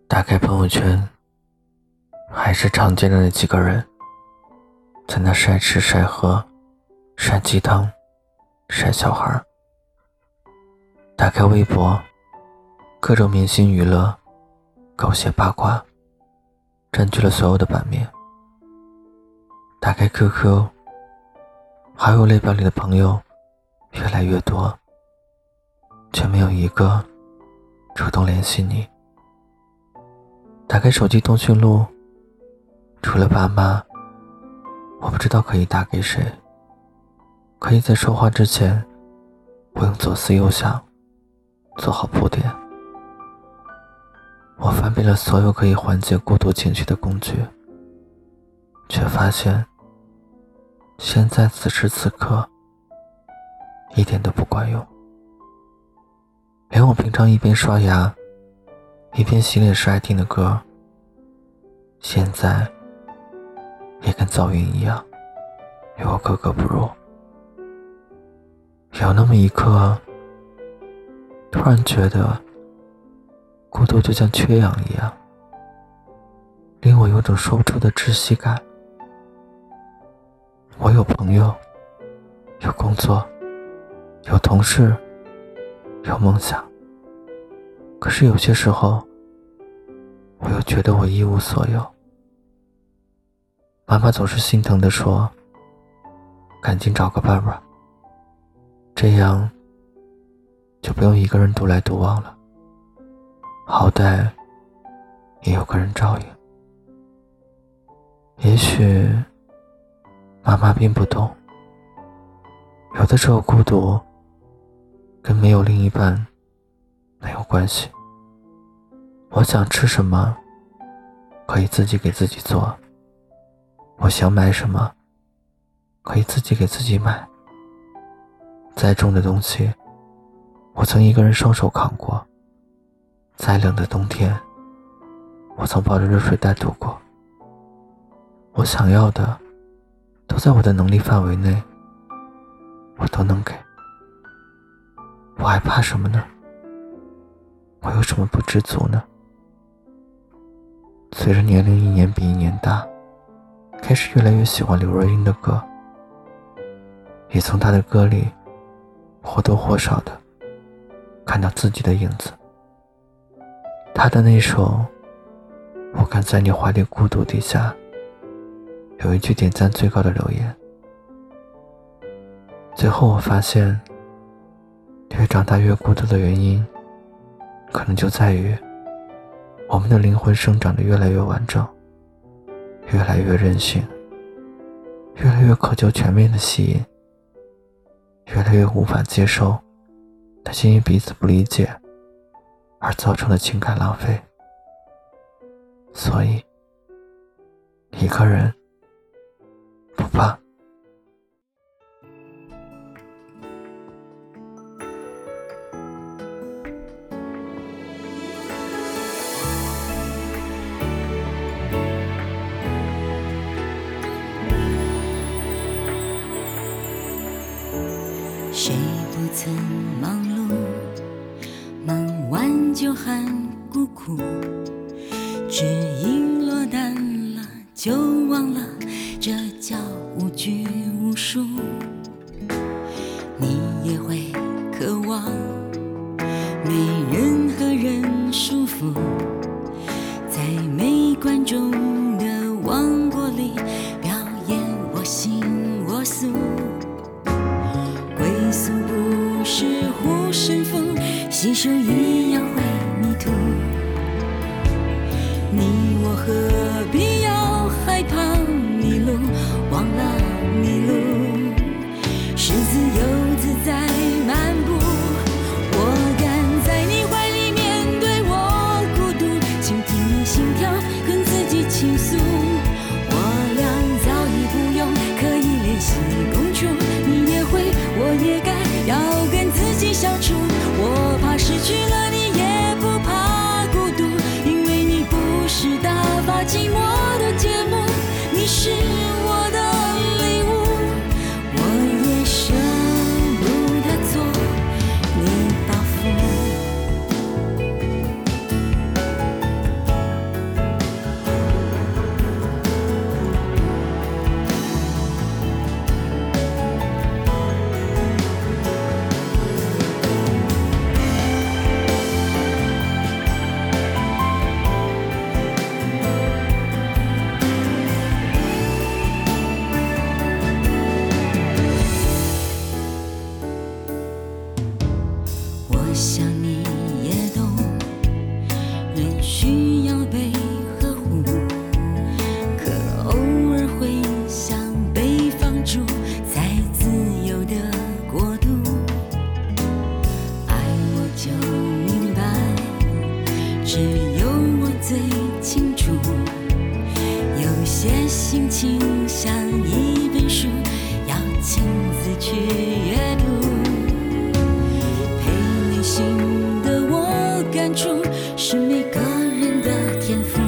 打开朋友圈，还是常见的那几个人，在那晒吃晒喝，晒鸡汤，晒小孩。打开微博，各种明星娱乐，狗血八卦，占据了所有的版面。打开 QQ， 好友列表里的朋友越来越多，却没有一个主动联系你。打开手机通讯录，除了爸妈，我不知道可以打给谁。可以在说话之前，不用左思右想，做好铺垫。我翻遍了所有可以缓解孤独情绪的工具，却发现现在此时此刻一点都不管用。连我平常一边刷牙一边洗脸时爱听的歌，现在也跟噪音一样与我格格不入。有那么一刻，突然觉得孤独就像缺氧一样，令我有种说不出的窒息感。我有朋友，有工作，有同事，有梦想，可是有些时候我又觉得我一无所有。妈妈总是心疼地说，赶紧找个伴吧，这样就不用一个人独来独往了，好歹也有个人照应。也许妈妈并不懂，有的时候孤独跟没有另一半没有关系。我想吃什么可以自己给自己做，我想买什么可以自己给自己买。再重的东西我曾一个人双手扛过，再冷的冬天我曾抱着热水袋度过。我想要的都在我的能力范围内，我都能给。我还怕什么呢？我有什么不知足呢？随着年龄一年比一年大，开始越来越喜欢刘若英的歌，也从她的歌里或多或少的看到自己的影子。她的那首我敢在你怀里孤独底下，有一句点赞最高的留言。最后我发现，越长大越孤独的原因，可能就在于我们的灵魂生长得越来越完整，越来越任性，越来越渴求全面的吸引，越来越无法接受那些因彼此不理解而造成的情感浪费。所以一个人不怕。 谁不曾忙碌，忙完就喊孤苦，只因落单了就忘了，这叫无拘无束。你也会渴望没任何人束缚，在没观众的王国里表演我行我素。归宿不是护身符，洗手一样会迷途。你我何必要害怕迷路，忘了迷路，是自由自在漫步。我敢在你怀里面对我孤独，倾听你心跳，跟自己倾诉。我俩早已不用刻意练习共处，你也会我也该要跟自己相处。我怕失去了你，也不怕孤独，因为你不是打发寂寞的节目，你是我的礼物。我也舍不得做你包袱。 想你也懂，人需要被呵护，可偶尔会想被放逐在自由的国度。爱我就明白，只有我最清楚，有些心情像一本书，要亲自去阅读。陪内心的我感触，是每个人的天赋。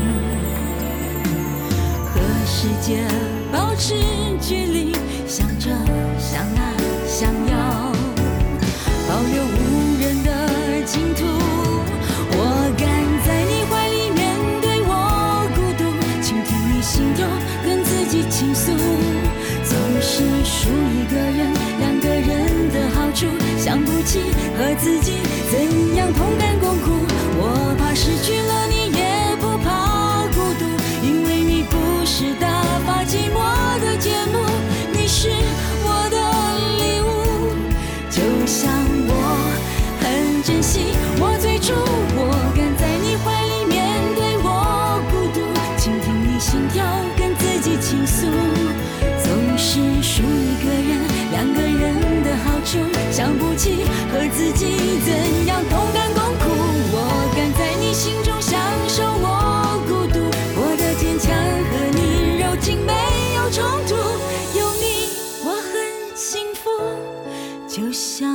和世界保持距离，想着想啊想要保留无人的净土。我敢在你怀里面对我孤独，倾听你心中跟自己倾诉。总是数一个人两个人的好处，想不起和自己怎样同甘共苦。我怕失去了你，也不怕孤独，因为你不是打发寂寞的节目，你是我的礼物。就像我很珍惜我最初，我敢在你怀里面对我孤独，倾听你心跳跟自己倾诉。总是数一个人两个人的好处，想不起和自己怎样同甘共苦。我敢在你心中享受我孤独，我的坚强和你柔情没有冲突，有你我很幸福。就像